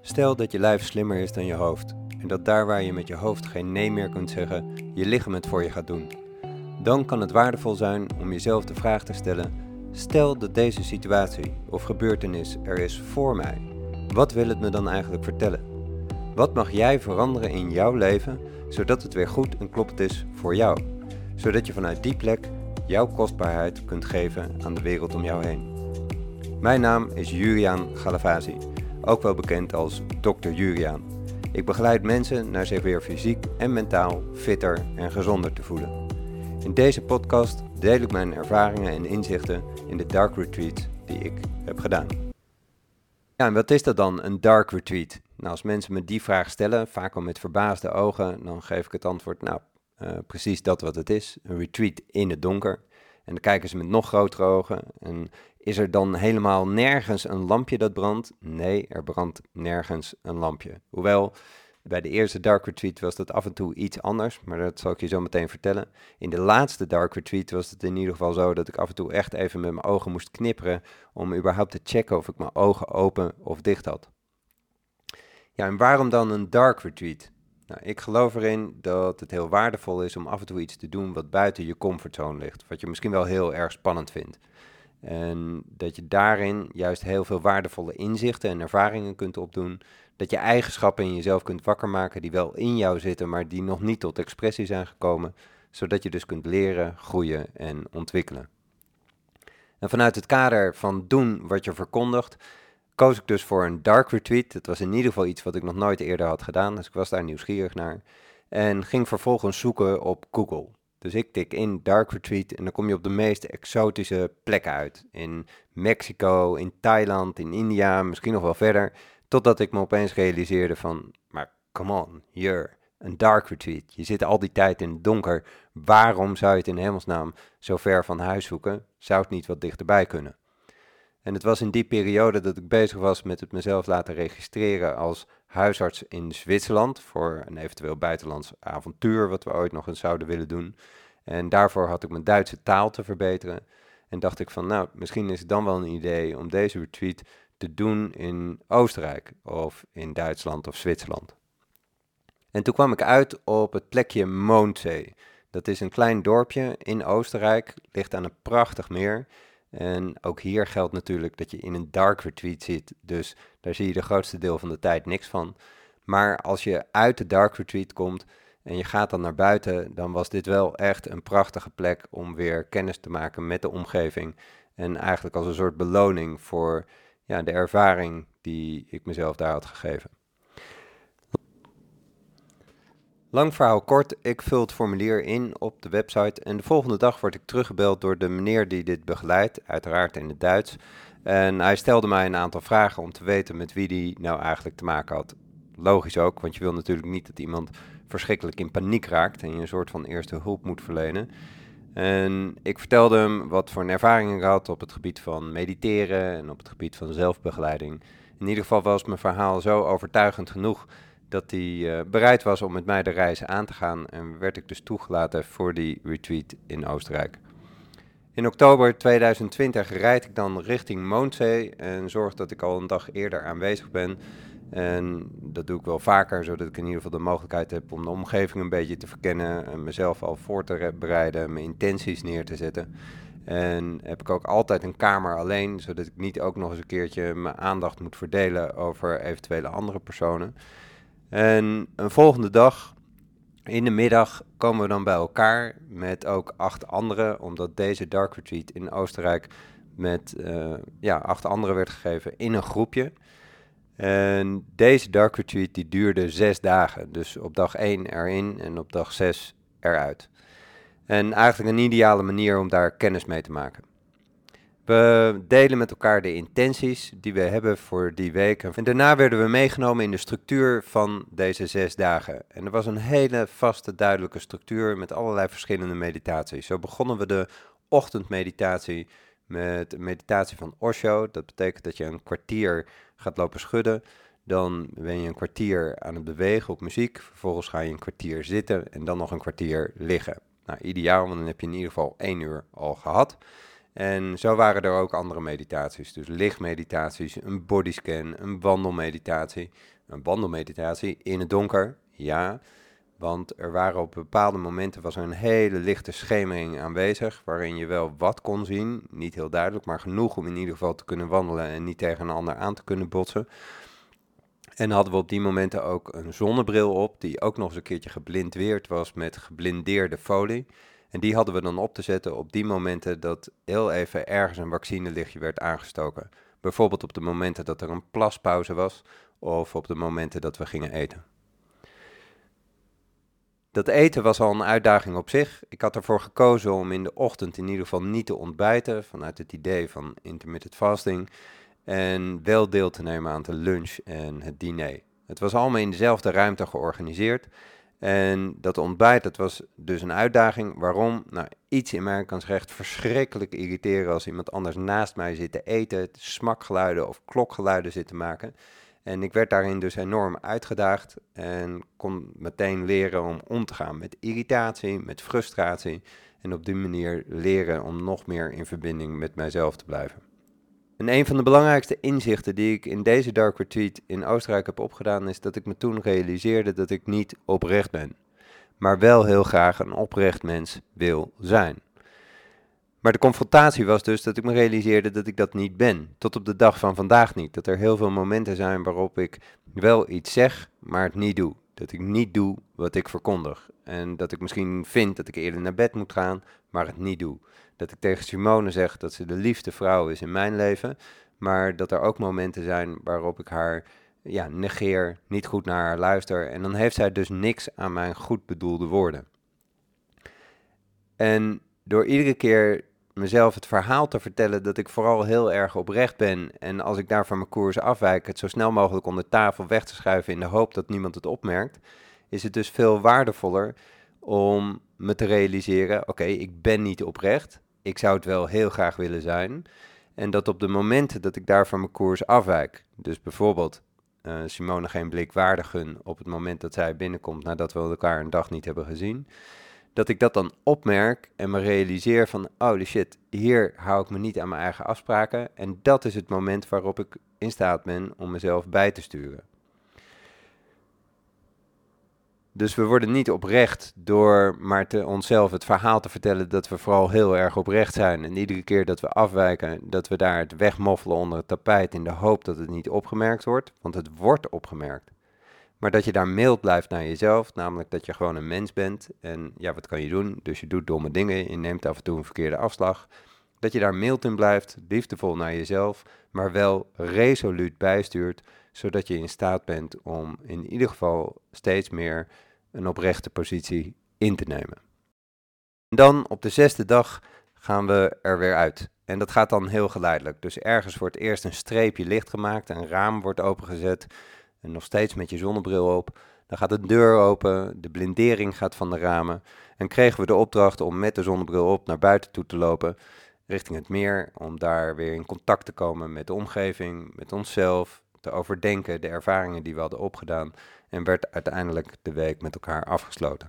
Stel dat je lijf slimmer is dan je hoofd en dat daar waar je met je hoofd geen nee meer kunt zeggen, je lichaam het voor je gaat doen. Dan kan het waardevol zijn om jezelf de vraag te stellen: stel dat deze situatie of gebeurtenis er is voor mij. Wat wil het me dan eigenlijk vertellen? Wat mag jij veranderen in jouw leven zodat het weer goed en kloppend is voor jou? Zodat je vanuit die plek jouw kostbaarheid kunt geven aan de wereld om jou heen. Mijn naam is Juriaan Galavazi, ook wel bekend als Dr. Juriaan. Ik begeleid mensen naar zich weer fysiek en mentaal fitter en gezonder te voelen. In deze podcast deel ik mijn ervaringen en inzichten in de Dark Retreat die ik heb gedaan. Ja, en wat is dat dan, een Dark Retreat? Nou, als mensen me die vraag stellen, vaak al met verbaasde ogen, dan geef ik het antwoord, precies dat wat het is. Een retreat in het donker. En dan kijken ze met nog grotere ogen. En is er dan helemaal nergens een lampje dat brandt? Nee, er brandt nergens een lampje. Hoewel, bij de eerste Dark Retreat was dat af en toe iets anders, maar dat zal ik je zo meteen vertellen. In de laatste Dark Retreat was het in ieder geval zo dat ik af en toe echt even met mijn ogen moest knipperen om überhaupt te checken of ik mijn ogen open of dicht had. Ja, en waarom dan een Dark Retreat? Nou, ik geloof erin dat het heel waardevol is om af en toe iets te doen wat buiten je comfortzone ligt, wat je misschien wel heel erg spannend vindt. En dat je daarin juist heel veel waardevolle inzichten en ervaringen kunt opdoen. Dat je eigenschappen in jezelf kunt wakker maken die wel in jou zitten, maar die nog niet tot expressie zijn gekomen. Zodat je dus kunt leren, groeien en ontwikkelen. En vanuit het kader van doen wat je verkondigt, koos ik dus voor een Dark Retreat. Het was in ieder geval iets wat ik nog nooit eerder had gedaan, dus ik was daar nieuwsgierig naar. En ging vervolgens zoeken op Google. Dus ik tik in Dark Retreat en dan kom je op de meest exotische plekken uit. In Mexico, in Thailand, in India, misschien nog wel verder. Totdat ik me opeens realiseerde van, maar come on, hier, een Dark Retreat. Je zit al die tijd in het donker. Waarom zou je het in hemelsnaam zo ver van huis zoeken? Zou het niet wat dichterbij kunnen? En het was in die periode dat ik bezig was met het mezelf laten registreren als huisarts in Zwitserland voor een eventueel buitenlands avontuur wat we ooit nog eens zouden willen doen. En daarvoor had ik mijn Duitse taal te verbeteren. En dacht ik van, nou, misschien is het dan wel een idee om deze retreat te doen in Oostenrijk of in Duitsland of Zwitserland. En toen kwam ik uit op het plekje Mondsee. Dat is een klein dorpje in Oostenrijk, ligt aan een prachtig meer. En ook hier geldt natuurlijk dat je in een dark retreat zit, dus daar zie je de grootste deel van de tijd niks van. Maar als je uit de dark retreat komt en je gaat dan naar buiten, dan was dit wel echt een prachtige plek om weer kennis te maken met de omgeving. En eigenlijk als een soort beloning voor de ervaring die ik mezelf daar had gegeven. Lang verhaal kort, ik vul het formulier in op de website en de volgende dag word ik teruggebeld door de meneer die dit begeleidt, uiteraard in het Duits. En hij stelde mij een aantal vragen om te weten met wie die nou eigenlijk te maken had. Logisch ook, want je wil natuurlijk niet dat iemand verschrikkelijk in paniek raakt en je een soort van eerste hulp moet verlenen. En ik vertelde hem wat voor een ervaring ik had op het gebied van mediteren en op het gebied van zelfbegeleiding. In ieder geval was mijn verhaal zo overtuigend genoeg dat hij bereid was om met mij de reis aan te gaan en werd ik dus toegelaten voor die retreat in Oostenrijk. In oktober 2020 rijd ik dan richting Mondsee en zorg dat ik al een dag eerder aanwezig ben. En dat doe ik wel vaker, zodat ik in ieder geval de mogelijkheid heb om de omgeving een beetje te verkennen en mezelf al voor te bereiden, mijn intenties neer te zetten. En heb ik ook altijd een kamer alleen, zodat ik niet ook nog eens een keertje mijn aandacht moet verdelen over eventuele andere personen. En een volgende dag, in de middag, komen we dan bij elkaar met ook 8 anderen, omdat deze Dark Retreat in Oostenrijk met 8 anderen werd gegeven in een groepje. En deze Dark Retreat die duurde 6 dagen, dus op dag 1 erin en op dag 6 eruit. En eigenlijk een ideale manier om daar kennis mee te maken. We delen met elkaar de intenties die we hebben voor die week. En daarna werden we meegenomen in de structuur van deze 6 dagen. En er was een hele vaste, duidelijke structuur met allerlei verschillende meditaties. Zo begonnen we de ochtendmeditatie met een meditatie van Osho. Dat betekent dat je een kwartier gaat lopen schudden. Dan ben je een kwartier aan het bewegen op muziek. Vervolgens ga je een kwartier zitten en dan nog een kwartier liggen. Nou, ideaal, want dan heb je in ieder geval 1 uur al gehad. En zo waren er ook andere meditaties, dus lichtmeditaties, een bodyscan, een wandelmeditatie. Een wandelmeditatie in het donker, ja, want er waren op bepaalde momenten was er een hele lichte schemering aanwezig, waarin je wel wat kon zien, niet heel duidelijk, maar genoeg om in ieder geval te kunnen wandelen en niet tegen een ander aan te kunnen botsen. En hadden we op die momenten ook een zonnebril op, die ook nog eens een keertje geblindweerd was met geblindeerde folie. En die hadden we dan op te zetten op die momenten dat heel even ergens een vaccinelichtje werd aangestoken. Bijvoorbeeld op de momenten dat er een plaspauze was, of op de momenten dat we gingen eten. Dat eten was al een uitdaging op zich. Ik had ervoor gekozen om in de ochtend in ieder geval niet te ontbijten, vanuit het idee van intermittent fasting. En wel deel te nemen aan de lunch en het diner. Het was allemaal in dezelfde ruimte georganiseerd. En dat ontbijt, dat was dus een uitdaging. Waarom? Nou, iets in mij kan zich echt verschrikkelijk irriteren als iemand anders naast mij zit te eten, smakgeluiden of klokgeluiden zit te maken. En ik werd daarin dus enorm uitgedaagd en kon meteen leren om te gaan met irritatie, met frustratie. En op die manier leren om nog meer in verbinding met mijzelf te blijven. En een van de belangrijkste inzichten die ik in deze Dark Retreat in Oostenrijk heb opgedaan, is dat ik me toen realiseerde dat ik niet oprecht ben, maar wel heel graag een oprecht mens wil zijn. Maar de confrontatie was dus dat ik me realiseerde dat ik dat niet ben, tot op de dag van vandaag niet. Dat er heel veel momenten zijn waarop ik wel iets zeg, maar het niet doe. Dat ik niet doe wat ik verkondig. En dat ik misschien vind dat ik eerder naar bed moet gaan, maar het niet doe. Dat ik tegen Simone zeg dat ze de liefste vrouw is in mijn leven, maar dat er ook momenten zijn waarop ik haar negeer, niet goed naar haar luister. En dan heeft zij dus niks aan mijn goed bedoelde woorden. En door iedere keer mezelf het verhaal te vertellen dat ik vooral heel erg oprecht ben en als ik daar van mijn koers afwijk, het zo snel mogelijk onder tafel weg te schuiven in de hoop dat niemand het opmerkt, is het dus veel waardevoller om me te realiseren, oké, ik ben niet oprecht, ik zou het wel heel graag willen zijn en dat op de momenten dat ik daar van mijn koers afwijk, dus bijvoorbeeld Simone geen blik waardig gun op het moment dat zij binnenkomt nadat we elkaar een dag niet hebben gezien, dat ik dat dan opmerk en me realiseer van, holy shit, hier hou ik me niet aan mijn eigen afspraken. En dat is het moment waarop ik in staat ben om mezelf bij te sturen. Dus we worden niet oprecht door maar onszelf het verhaal te vertellen dat we vooral heel erg oprecht zijn. En iedere keer dat we afwijken, dat we daar het wegmoffelen onder het tapijt in de hoop dat het niet opgemerkt wordt. Want het wordt opgemerkt. Maar dat je daar mild blijft naar jezelf, namelijk dat je gewoon een mens bent. En ja, wat kan je doen? Dus je doet domme dingen, je neemt af en toe een verkeerde afslag. Dat je daar mild in blijft, liefdevol naar jezelf, maar wel resoluut bijstuurt, zodat je in staat bent om in ieder geval steeds meer een oprechte positie in te nemen. En dan op de 6e dag gaan we er weer uit. En dat gaat dan heel geleidelijk. Dus ergens wordt eerst een streepje licht gemaakt, een raam wordt opengezet. En nog steeds met je zonnebril op. Dan gaat de deur open, de blindering gaat van de ramen. En kregen we de opdracht om met de zonnebril op naar buiten toe te lopen, richting het meer, om daar weer in contact te komen met de omgeving, met onszelf, te overdenken de ervaringen die we hadden opgedaan. En werd uiteindelijk de week met elkaar afgesloten.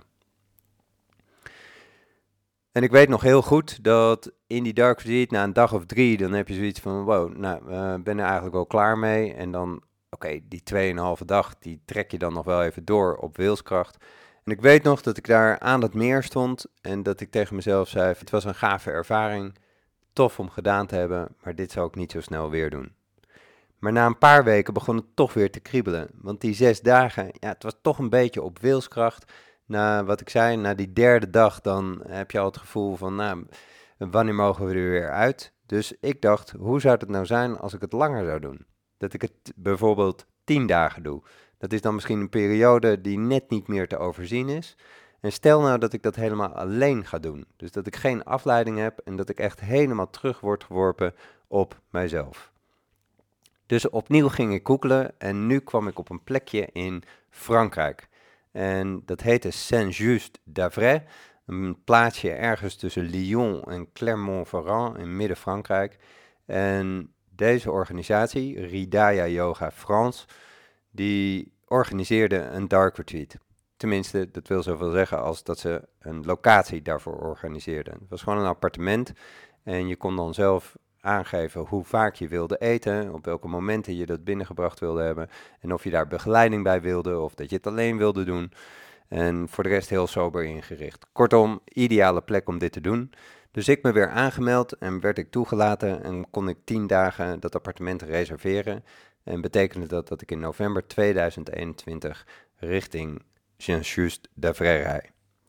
En ik weet nog heel goed dat in die Dark Retreat, na een dag of 3, dan heb je zoiets van, wow, nou, ben er eigenlijk wel klaar mee. En dan, oké, die 2,5 dag, die trek je dan nog wel even door op wilskracht. En ik weet nog dat ik daar aan het meer stond en dat ik tegen mezelf zei, het was een gave ervaring, tof om gedaan te hebben, maar dit zou ik niet zo snel weer doen. Maar na een paar weken begon het toch weer te kriebelen, want die 6 dagen, ja, het was toch een beetje op wilskracht. Na wat ik zei, na die 3e dag, dan heb je al het gevoel van, nou, wanneer mogen we er weer uit? Dus ik dacht, hoe zou het nou zijn als ik het langer zou doen? Dat ik het bijvoorbeeld 10 dagen doe. Dat is dan misschien een periode die net niet meer te overzien is. En stel nou dat ik dat helemaal alleen ga doen. Dus dat ik geen afleiding heb en dat ik echt helemaal terug word geworpen op mijzelf. Dus opnieuw ging ik googlen en nu kwam ik op een plekje in Frankrijk. En dat heette Saint-Just-d'Avray, een plaatsje ergens tussen Lyon en Clermont-Ferrand in midden-Frankrijk. En deze organisatie, Hridaya Yoga France, die organiseerde een Dark Retreat. Tenminste, dat wil zoveel zeggen als dat ze een locatie daarvoor organiseerden. Het was gewoon een appartement En je kon dan zelf aangeven hoe vaak je wilde eten, op welke momenten je dat binnengebracht wilde hebben en of je daar begeleiding bij wilde of dat je het alleen wilde doen. En voor de rest heel sober ingericht. Kortom, ideale plek om dit te doen. Dus ik me weer aangemeld en werd ik toegelaten en kon ik 10 dagen dat appartement reserveren. En betekende dat dat ik in november 2021 richting Saint-Just-d'Avray rijd.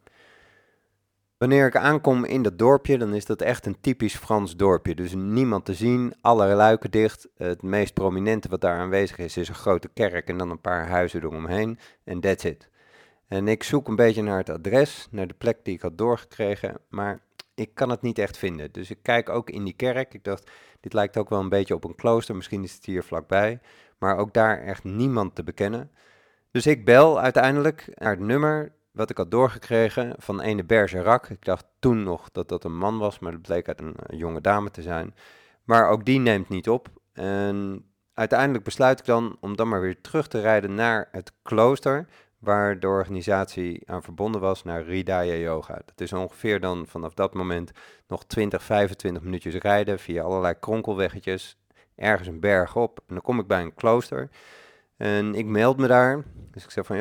Wanneer ik aankom in dat dorpje, dan is dat echt een typisch Frans dorpje. Dus niemand te zien, alle luiken dicht. Het meest prominente wat daar aanwezig is een grote kerk en dan een paar huizen eromheen. En that's it. En ik zoek een beetje naar het adres, naar de plek die ik had doorgekregen, maar ik kan het niet echt vinden. Dus ik kijk ook in die kerk. Ik dacht, dit lijkt ook wel een beetje op een klooster, misschien is het hier vlakbij. Maar ook daar echt niemand te bekennen. Dus ik bel uiteindelijk naar het nummer wat ik had doorgekregen van ene Bergerac. Ik dacht toen nog dat dat een man was, maar dat bleek uit een jonge dame te zijn. Maar ook die neemt niet op. En uiteindelijk besluit ik dan om dan maar weer terug te rijden naar het klooster, waar de organisatie aan verbonden was, naar Hridaya Yoga. Dat is ongeveer dan vanaf dat moment nog 20, 25 minuutjes rijden via allerlei kronkelweggetjes, ergens een berg op. En dan kom ik bij een klooster en ik meld me daar. Dus ik zeg van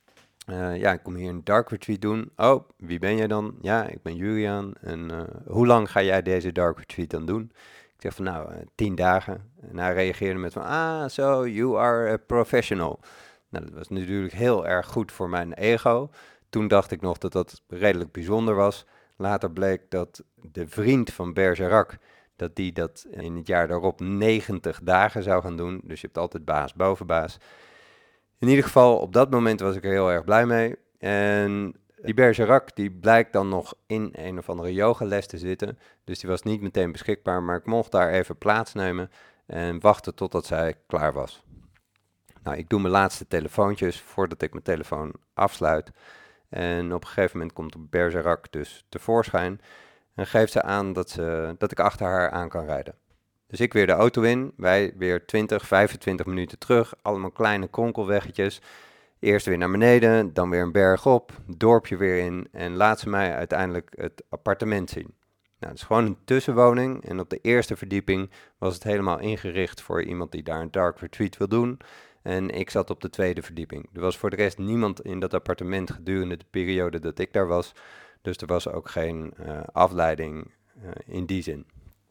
ja, ik kom hier een dark retreat doen. Oh, wie ben jij dan? Ja, ik ben Julian. En hoe lang ga jij deze dark retreat dan doen? Ik zeg van 10 dagen. En hij reageerde met van, so you are a professional. Nou, dat was natuurlijk heel erg goed voor mijn ego. Toen dacht ik nog dat dat redelijk bijzonder was. Later bleek dat de vriend van Bergerac, dat die dat in het jaar daarop 90 dagen zou gaan doen. Dus je hebt altijd baas boven baas. In ieder geval, op dat moment was ik er heel erg blij mee. En die Bergerac, die blijkt dan nog in een of andere yogales te zitten. Dus die was niet meteen beschikbaar, maar ik mocht daar even plaatsnemen en wachten totdat zij klaar was. Nou, ik doe mijn laatste telefoontjes voordat ik mijn telefoon afsluit. En op een gegeven moment komt Bergerac dus tevoorschijn en geeft ze aan dat ik achter haar aan kan rijden. Dus ik weer de auto in, wij weer 20, 25 minuten terug, allemaal kleine kronkelweggetjes. Eerst weer naar beneden, dan weer een berg op, dorpje weer in en laat ze mij uiteindelijk het appartement zien. Nou, het is gewoon een tussenwoning en op de eerste verdieping was het helemaal ingericht voor iemand die daar een dark retreat wil doen. En ik zat op de tweede verdieping. Er was voor de rest niemand in dat appartement gedurende de periode dat ik daar was. Dus er was ook geen afleiding in die zin.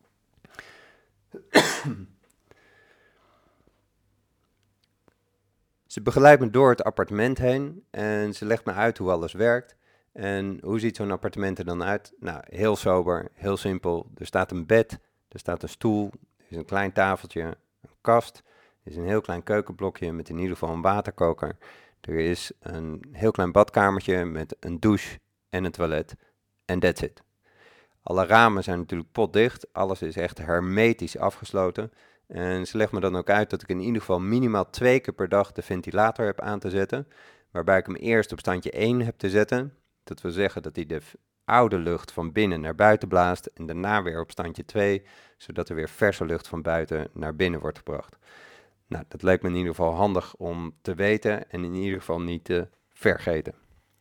Ze begeleidt me door het appartement heen en ze legt me uit hoe alles werkt. En hoe ziet zo'n appartement er dan uit? Nou, heel sober, heel simpel. Er staat een bed, er staat een stoel, er is een klein tafeltje, een kast. Er is een heel klein keukenblokje met in ieder geval een waterkoker. Er is een heel klein badkamertje met een douche en een toilet. En that's it. Alle ramen zijn natuurlijk potdicht. Alles is echt hermetisch afgesloten. En ze legt me dan ook uit dat ik in ieder geval minimaal 2 keer per dag de ventilator heb aan te zetten. Waarbij ik hem eerst op standje 1 heb te zetten. Dat wil zeggen dat hij de oude lucht van binnen naar buiten blaast. En daarna weer op standje 2. Zodat er weer verse lucht van buiten naar binnen wordt gebracht. Nou, dat leek me in ieder geval handig om te weten en in ieder geval niet te vergeten.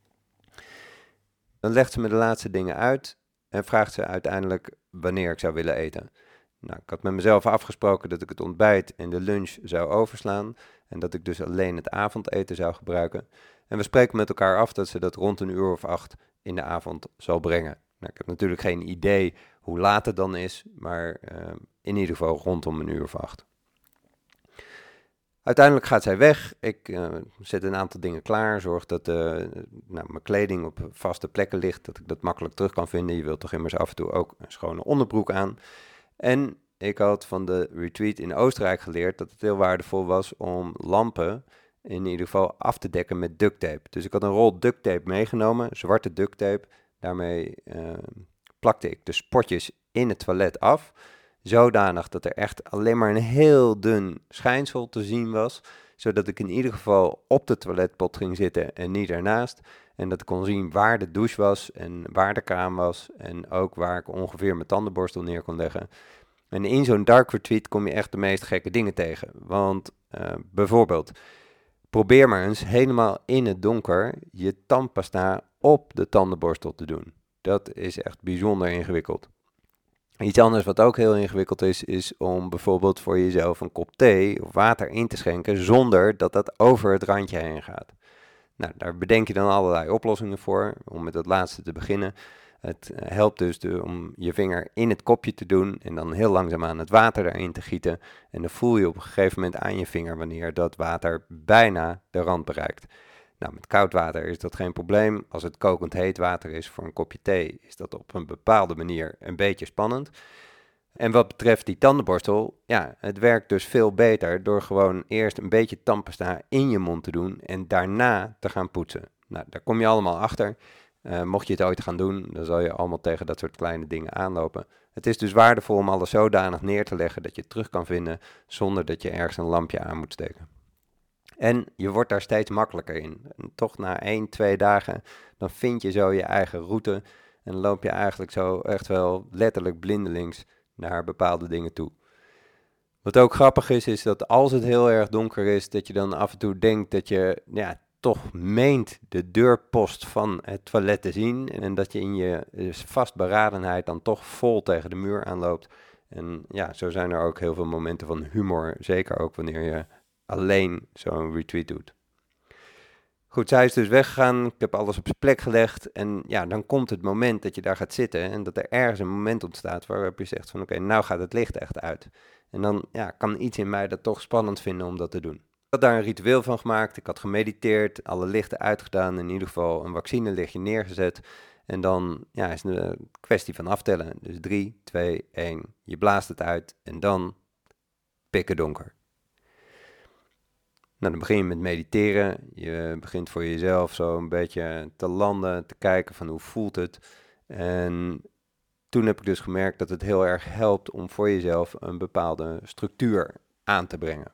Dan legt ze me de laatste dingen uit en vraagt ze uiteindelijk wanneer ik zou willen eten. Nou, ik had met mezelf afgesproken dat ik het ontbijt en de lunch zou overslaan en dat ik dus alleen het avondeten zou gebruiken. En we spreken met elkaar af dat ze dat rond 1:08 in de avond zal brengen. Nou, ik heb natuurlijk geen idee hoe laat het dan is, maar in ieder geval rondom 1:08. Uiteindelijk gaat zij weg. Ik zet een aantal dingen klaar. Zorg dat mijn kleding op vaste plekken ligt. Dat ik dat makkelijk terug kan vinden. Je wilt toch immers af en toe ook een schone onderbroek aan. En ik had van de retreat in Oostenrijk geleerd dat het heel waardevol was om lampen in ieder geval af te dekken met duct tape. Dus ik had een rol duct tape meegenomen. Zwarte duct tape. Daarmee plakte ik de spotjes in het toilet af. Zodanig dat er echt alleen maar een heel dun schijnsel te zien was. Zodat ik in ieder geval op de toiletpot ging zitten en niet ernaast. En dat ik kon zien waar de douche was en waar de kraan was. En ook waar ik ongeveer mijn tandenborstel neer kon leggen. En in zo'n dark retreat kom je echt de meest gekke dingen tegen. Want bijvoorbeeld, probeer maar eens helemaal in het donker je tandpasta op de tandenborstel te doen. Dat is echt bijzonder ingewikkeld. Iets anders wat ook heel ingewikkeld is om bijvoorbeeld voor jezelf een kop thee of water in te schenken zonder dat dat over het randje heen gaat. Nou, daar bedenk je dan allerlei oplossingen voor, om met het laatste te beginnen. Het helpt dus om je vinger in het kopje te doen en dan heel langzaamaan het water erin te gieten. En dan voel je op een gegeven moment aan je vinger wanneer dat water bijna de rand bereikt. Nou, met koud water is dat geen probleem. Als het kokend heet water is voor een kopje thee, is dat op een bepaalde manier een beetje spannend. En wat betreft die tandenborstel, ja, het werkt dus veel beter door gewoon eerst een beetje tandpasta in je mond te doen en daarna te gaan poetsen. Nou, daar kom je allemaal achter. Mocht je het ooit gaan doen, dan zal je allemaal tegen dat soort kleine dingen aanlopen. Het is dus waardevol om alles zodanig neer te leggen dat je het terug kan vinden zonder dat je ergens een lampje aan moet steken. En je wordt daar steeds makkelijker in. En toch na 1, 2 dagen, dan vind je zo je eigen route en loop je eigenlijk zo echt wel letterlijk blindelings naar bepaalde dingen toe. Wat ook grappig is dat als het heel erg donker is, dat je dan af en toe denkt dat je toch meent de deurpost van het toilet te zien. En dat je in je vastberadenheid dan toch vol tegen de muur aanloopt. En ja, zo zijn er ook heel veel momenten van humor, zeker ook wanneer je alleen zo'n retreat doet. Goed, zij is dus weggegaan, ik heb alles op zijn plek gelegd en ja, dan komt het moment dat je daar gaat zitten en dat er ergens een moment ontstaat waarop je zegt van oké, nou gaat het licht echt uit. En dan kan iets in mij dat toch spannend vinden om dat te doen. Ik had daar een ritueel van gemaakt, ik had gemediteerd, alle lichten uitgedaan, in ieder geval een vaccinelichtje neergezet. En dan is het een kwestie van aftellen. Dus 3, 2, 1, je blaast het uit en dan pikken donker. Nou, dan begin je met mediteren. Je begint voor jezelf zo een beetje te landen, te kijken van hoe voelt het. En toen heb ik dus gemerkt dat het heel erg helpt om voor jezelf een bepaalde structuur aan te brengen.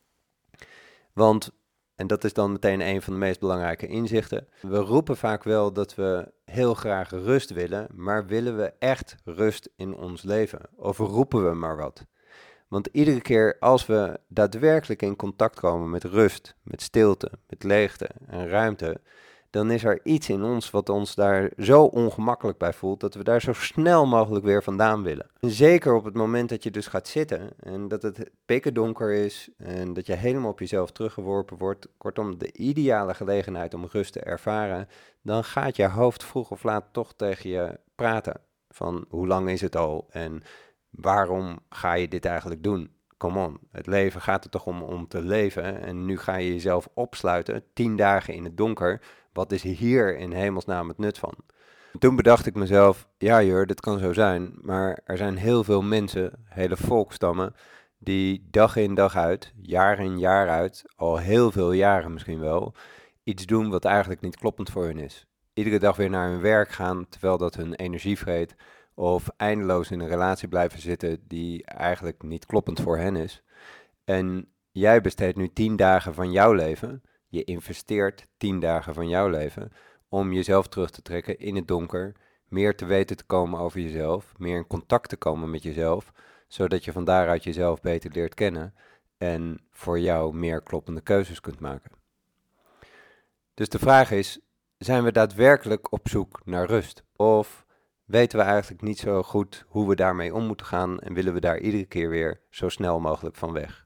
Want, en dat is dan meteen een van de meest belangrijke inzichten, we roepen vaak wel dat we heel graag rust willen, maar willen we echt rust in ons leven? Of roepen we maar wat? Want iedere keer als we daadwerkelijk in contact komen met rust, met stilte, met leegte en ruimte, dan is er iets in ons wat ons daar zo ongemakkelijk bij voelt, dat we daar zo snel mogelijk weer vandaan willen. En zeker op het moment dat je dus gaat zitten en dat het pikken donker is en dat je helemaal op jezelf teruggeworpen wordt, kortom de ideale gelegenheid om rust te ervaren, dan gaat je hoofd vroeg of laat toch tegen je praten. Van hoe lang is het al en waarom ga je dit eigenlijk doen? Come on, het leven gaat er toch om te leven en nu ga je jezelf opsluiten, 10 dagen in het donker. Wat is hier in hemelsnaam het nut van? En toen bedacht ik mezelf, ja Jur, dit kan zo zijn, maar er zijn heel veel mensen, hele volkstammen, die dag in dag uit, jaar in jaar uit, al heel veel jaren misschien wel, iets doen wat eigenlijk niet kloppend voor hun is. Iedere dag weer naar hun werk gaan, terwijl dat hun energie vreet, of eindeloos in een relatie blijven zitten die eigenlijk niet kloppend voor hen is. En jij besteedt nu 10 dagen van jouw leven, je investeert 10 dagen van jouw leven om jezelf terug te trekken in het donker, meer te weten te komen over jezelf, meer in contact te komen met jezelf, zodat je van daaruit jezelf beter leert kennen en voor jou meer kloppende keuzes kunt maken. Dus de vraag is, zijn we daadwerkelijk op zoek naar rust? Of weten we eigenlijk niet zo goed hoe we daarmee om moeten gaan en willen we daar iedere keer weer zo snel mogelijk van weg?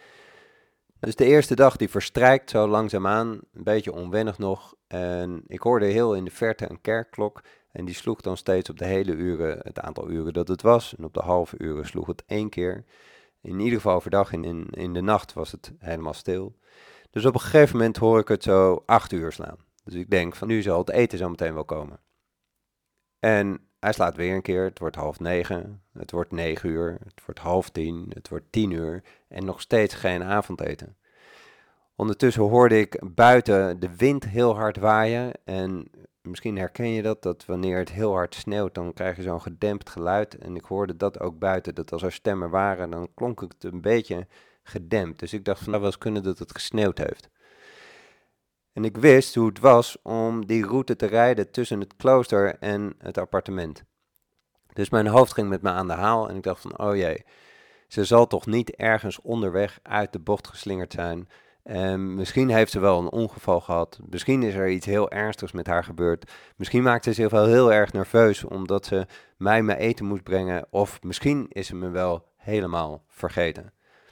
Dus de eerste dag die verstrijkt zo langzaamaan, een beetje onwennig nog. En ik hoorde heel in de verte een kerkklok en die sloeg dan steeds op de hele uren het aantal uren dat het was. En op de halve uren sloeg het 1 keer. In ieder geval overdag in de nacht was het helemaal stil. Dus op een gegeven moment hoor ik het zo 8 uur slaan. Dus ik denk van nu zal het eten zo meteen wel komen. En hij slaat weer een keer, het wordt 8:30, het wordt 9 uur, het wordt 9:30, het wordt 10 uur en nog steeds geen avondeten. Ondertussen hoorde ik buiten de wind heel hard waaien en misschien herken je dat wanneer het heel hard sneeuwt, dan krijg je zo'n gedempt geluid. En ik hoorde dat ook buiten, dat als er stemmen waren, dan klonk het een beetje gedempt. Dus ik dacht van nou wel eens kunnen dat het gesneeuwd heeft. En ik wist hoe het was om die route te rijden tussen het klooster en het appartement. Dus mijn hoofd ging met me aan de haal en ik dacht van oh jee, ze zal toch niet ergens onderweg uit de bocht geslingerd zijn En misschien heeft ze wel een ongeval gehad. Misschien is er iets heel ernstigs met haar gebeurd. Misschien maakt ze zich wel heel erg nerveus omdat ze mij mijn eten moest brengen. Of misschien is ze me wel helemaal vergeten.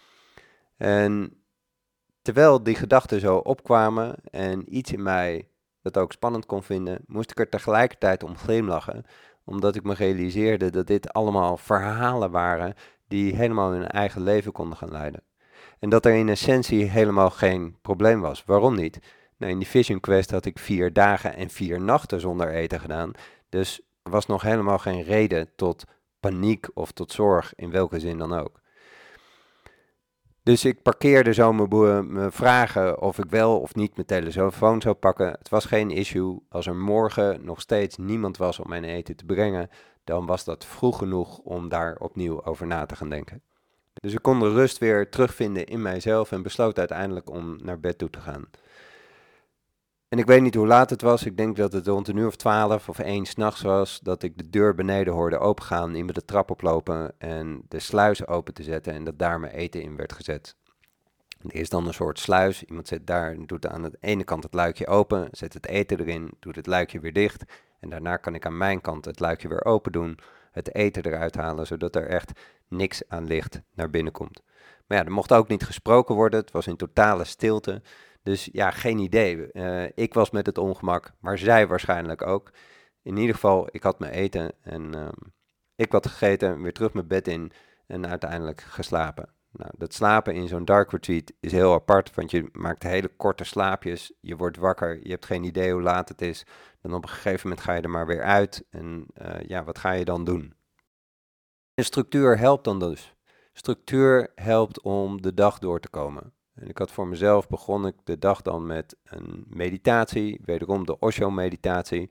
En terwijl die gedachten zo opkwamen en iets in mij dat ook spannend kon vinden, moest ik er tegelijkertijd om glimlachen. Omdat ik me realiseerde dat dit allemaal verhalen waren die helemaal hun eigen leven konden gaan leiden. En dat er in essentie helemaal geen probleem was. Waarom niet? Nou, in die Vision Quest had ik 4 dagen en 4 nachten zonder eten gedaan. Dus er was nog helemaal geen reden tot paniek of tot zorg, in welke zin dan ook. Dus ik parkeerde zo mijn vragen of ik wel of niet mijn telefoon zou pakken. Het was geen issue. Als er morgen nog steeds niemand was om mijn eten te brengen, dan was dat vroeg genoeg om daar opnieuw over na te gaan denken. Dus ik kon de rust weer terugvinden in mijzelf en besloot uiteindelijk om naar bed toe te gaan. En ik weet niet hoe laat het was. Ik denk dat het rond een uur of 12 of 1 s'nachts was dat ik de deur beneden hoorde opengaan, iemand de trap oplopen en de sluis open te zetten en dat daar mijn eten in werd gezet. Er is dan een soort sluis. Iemand zet daar, doet aan de ene kant het luikje open, zet het eten erin, doet het luikje weer dicht. En daarna kan ik aan mijn kant het luikje weer open doen, het eten eruit halen, zodat er echt niks aan licht naar binnen komt. Maar ja, er mocht ook niet gesproken worden. Het was in totale stilte. Dus ja, geen idee. Ik was met het ongemak, maar zij waarschijnlijk ook. In ieder geval, ik had mijn eten en ik had gegeten, weer terug mijn bed in en uiteindelijk geslapen. Nou, dat slapen in zo'n dark retreat is heel apart, want je maakt hele korte slaapjes. Je wordt wakker, je hebt geen idee hoe laat het is. Dan op een gegeven moment ga je er maar weer uit en ja, wat ga je dan doen? En structuur helpt dan dus. Structuur helpt om de dag door te komen. En ik had voor mezelf begon ik de dag dan met een meditatie, wederom de Osho-meditatie,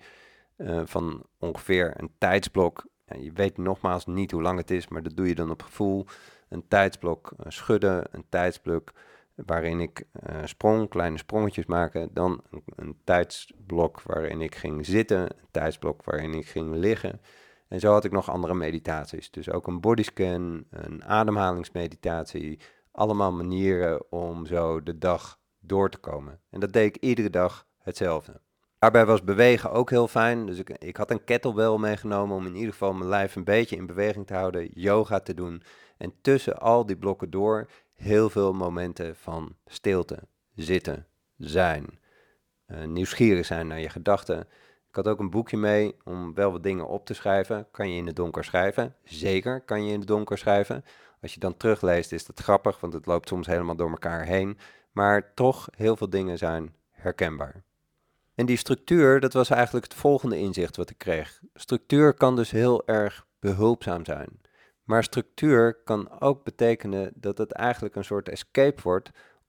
van ongeveer een tijdsblok. Ja, je weet nogmaals niet hoe lang het is, maar dat doe je dan op gevoel. Een tijdsblok schudden, een tijdsblok waarin ik sprong, kleine sprongetjes maken. Dan een tijdsblok waarin ik ging zitten, een tijdsblok waarin ik ging liggen. En zo had ik nog andere meditaties. Dus ook een bodyscan, een ademhalingsmeditatie. Allemaal manieren om zo de dag door te komen. En dat deed ik iedere dag hetzelfde. Daarbij was bewegen ook heel fijn. Dus ik had een kettlebell meegenomen om in ieder geval mijn lijf een beetje in beweging te houden. Yoga te doen. En tussen al die blokken door heel veel momenten van stilte, zitten, zijn. Nieuwsgierig zijn naar je gedachten. Ik had ook een boekje mee om wel wat dingen op te schrijven. Kan je in het donker schrijven? Zeker kan je in het donker schrijven. Als je dan terugleest is dat grappig, want het loopt soms helemaal door elkaar heen. Maar toch, heel veel dingen zijn herkenbaar. En die structuur, dat was eigenlijk het volgende inzicht wat ik kreeg. Structuur kan dus heel erg behulpzaam zijn. Maar structuur kan ook betekenen dat het eigenlijk een soort escape wordt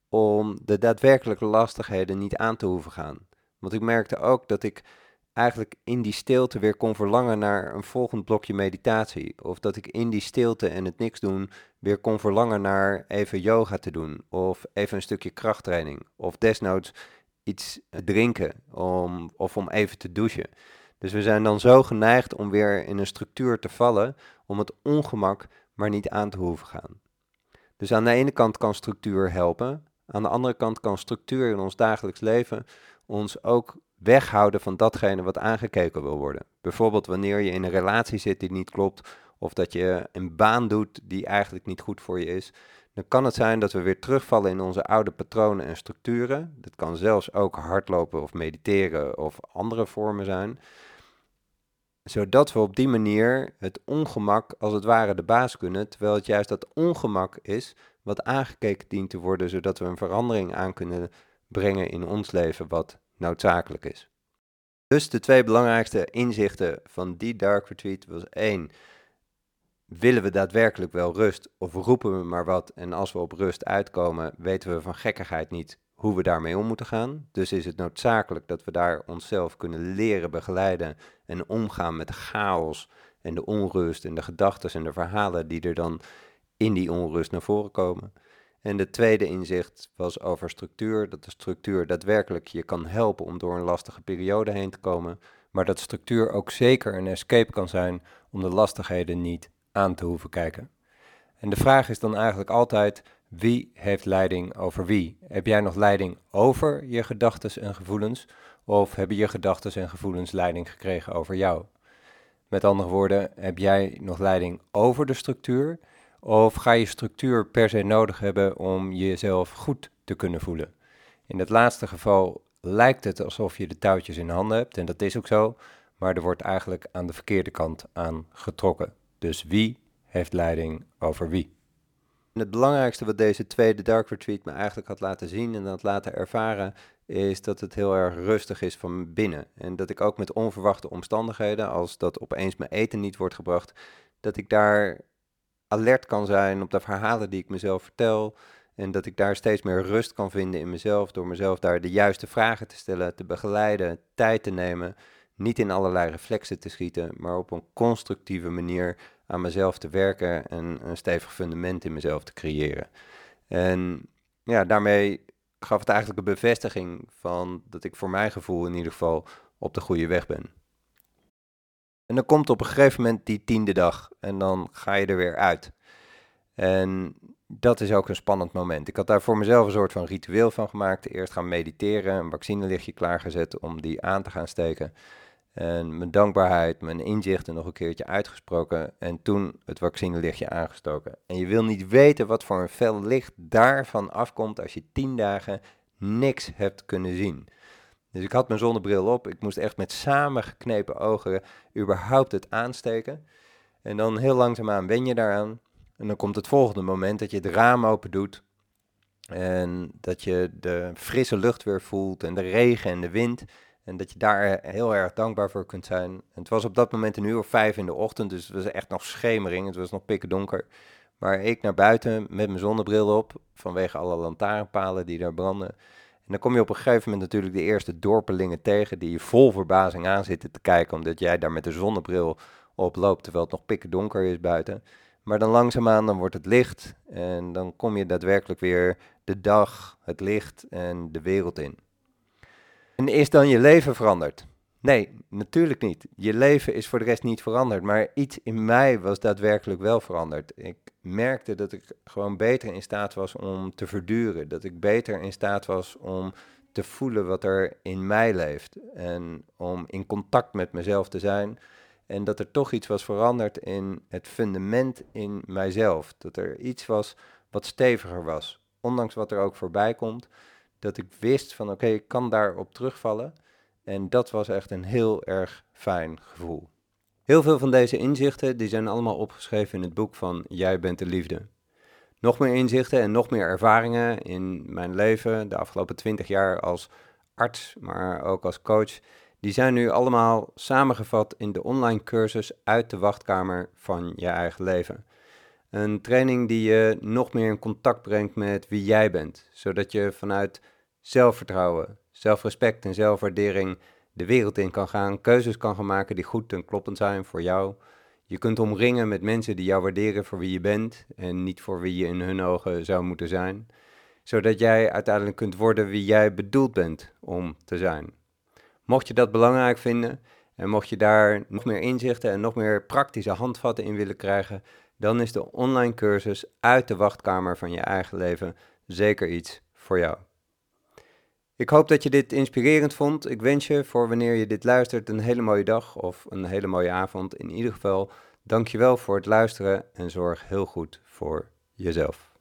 om de daadwerkelijke lastigheden niet aan te hoeven gaan. Want ik merkte ook dat ik eigenlijk in die stilte weer kon verlangen naar een volgend blokje meditatie. Of dat ik in die stilte en het niks doen weer kon verlangen naar even yoga te doen. Of even een stukje krachttraining. Of desnoods iets drinken of om even te douchen. Dus we zijn dan zo geneigd om weer in een structuur te vallen om het ongemak maar niet aan te hoeven gaan. Dus aan de ene kant kan structuur helpen. Aan de andere kant kan structuur in ons dagelijks leven ons ook weghouden van datgene wat aangekeken wil worden. Bijvoorbeeld wanneer je in een relatie zit die niet klopt, of dat je een baan doet die eigenlijk niet goed voor je is, dan kan het zijn dat we weer terugvallen in onze oude patronen en structuren. Dat kan zelfs ook hardlopen of mediteren of andere vormen zijn. Zodat we op die manier het ongemak als het ware de baas kunnen, terwijl het juist dat ongemak is wat aangekeken dient te worden, zodat we een verandering aan kunnen brengen in ons leven wat noodzakelijk is. Dus de 2 belangrijkste inzichten van die Dark Retreat was 1. Willen we daadwerkelijk wel rust of roepen we maar wat en als we op rust uitkomen weten we van gekkigheid niet hoe we daarmee om moeten gaan. Dus is het noodzakelijk dat we daar onszelf kunnen leren begeleiden en omgaan met de chaos en de onrust en de gedachten en de verhalen die er dan in die onrust naar voren komen. En de tweede inzicht was over structuur, dat de structuur daadwerkelijk je kan helpen om door een lastige periode heen te komen, maar dat structuur ook zeker een escape kan zijn om de lastigheden niet aan te hoeven kijken. En de vraag is dan eigenlijk altijd, Wie heeft leiding over wie? Heb jij nog leiding over je gedachten en gevoelens? Of hebben je gedachten en gevoelens leiding gekregen over jou? Met andere woorden, heb jij nog leiding over de structuur? Of ga je structuur per se nodig hebben om jezelf goed te kunnen voelen? In het laatste geval lijkt het alsof je de touwtjes in handen hebt, en dat is ook zo, maar er wordt eigenlijk aan de verkeerde kant aan getrokken. Dus wie heeft leiding over wie? En het belangrijkste wat deze tweede Dark Retreat me eigenlijk had laten zien en had laten ervaren, is dat het heel erg rustig is van binnen. En dat ik ook met onverwachte omstandigheden, als dat opeens mijn eten niet wordt gebracht, dat ik daar alert kan zijn op de verhalen die ik mezelf vertel. En dat ik daar steeds meer rust kan vinden in mezelf, door mezelf daar de juiste vragen te stellen, te begeleiden, tijd te nemen. Niet in allerlei reflexen te schieten, maar op een constructieve manier aan mezelf te werken en een stevig fundament in mezelf te creëren. En ja, daarmee gaf het eigenlijk een bevestiging van dat ik voor mijn gevoel in ieder geval op de goede weg ben. En dan komt op een gegeven moment die 10e dag en dan ga je er weer uit. En dat is ook een spannend moment. Ik had daar voor mezelf een soort van ritueel van gemaakt. Eerst gaan mediteren, een vaccinelichtje klaargezet om die aan te gaan steken. En mijn dankbaarheid, mijn inzichten nog een keertje uitgesproken en toen het vaccinelichtje aangestoken. En je wil niet weten wat voor een fel licht daarvan afkomt als je 10 dagen niks hebt kunnen zien. Dus ik had mijn zonnebril op, ik moest echt met samengeknepen ogen überhaupt het aansteken. En dan heel langzaamaan wen je daaraan. En dan komt het volgende moment dat je het raam open doet. En dat je de frisse lucht weer voelt en de regen en de wind. En dat je daar heel erg dankbaar voor kunt zijn. En het was op dat moment 1:05 in de ochtend, dus het was echt nog schemering. Het was nog pikkendonker. Maar ik naar buiten met mijn zonnebril op, vanwege alle lantaarnpalen die daar branden. En dan kom je op een gegeven moment natuurlijk de eerste dorpelingen tegen die je vol verbazing aan zitten te kijken, omdat jij daar met de zonnebril op loopt, terwijl het nog pikkendonker is buiten. Maar dan langzaamaan, dan wordt het licht en dan kom je daadwerkelijk weer de dag, het licht en de wereld in. En is dan je leven veranderd? Nee, natuurlijk niet. Je leven is voor de rest niet veranderd, maar iets in mij was daadwerkelijk wel veranderd. Ik merkte dat ik gewoon beter in staat was om te verduren, dat ik beter in staat was om te voelen wat er in mij leeft en om in contact met mezelf te zijn. En dat er toch iets was veranderd in het fundament in mijzelf. Dat er iets was wat steviger was. Ondanks wat er ook voorbij komt. Dat ik wist van oké, ik kan daarop terugvallen. En dat was echt een heel erg fijn gevoel. Heel veel van deze inzichten die zijn allemaal opgeschreven in het boek van Jij bent de liefde. Nog meer inzichten en nog meer ervaringen in mijn leven, de afgelopen 20 jaar als arts, maar ook als coach, die zijn nu allemaal samengevat in de online cursus Uit de wachtkamer van je eigen leven. Een training die je nog meer in contact brengt met wie jij bent, zodat je vanuit zelfvertrouwen, zelfrespect en zelfwaardering de wereld in kan gaan, keuzes kan gaan maken die goed en kloppend zijn voor jou. Je kunt omringen met mensen die jou waarderen voor wie je bent en niet voor wie je in hun ogen zou moeten zijn, zodat jij uiteindelijk kunt worden wie jij bedoeld bent om te zijn. Mocht je dat belangrijk vinden en mocht je daar nog meer inzichten en nog meer praktische handvatten in willen krijgen, dan is de online cursus Uit de wachtkamer van je eigen leven zeker iets voor jou. Ik hoop dat je dit inspirerend vond. Ik wens je voor wanneer je dit luistert een hele mooie dag of een hele mooie avond. In ieder geval, dankjewel voor het luisteren en zorg heel goed voor jezelf.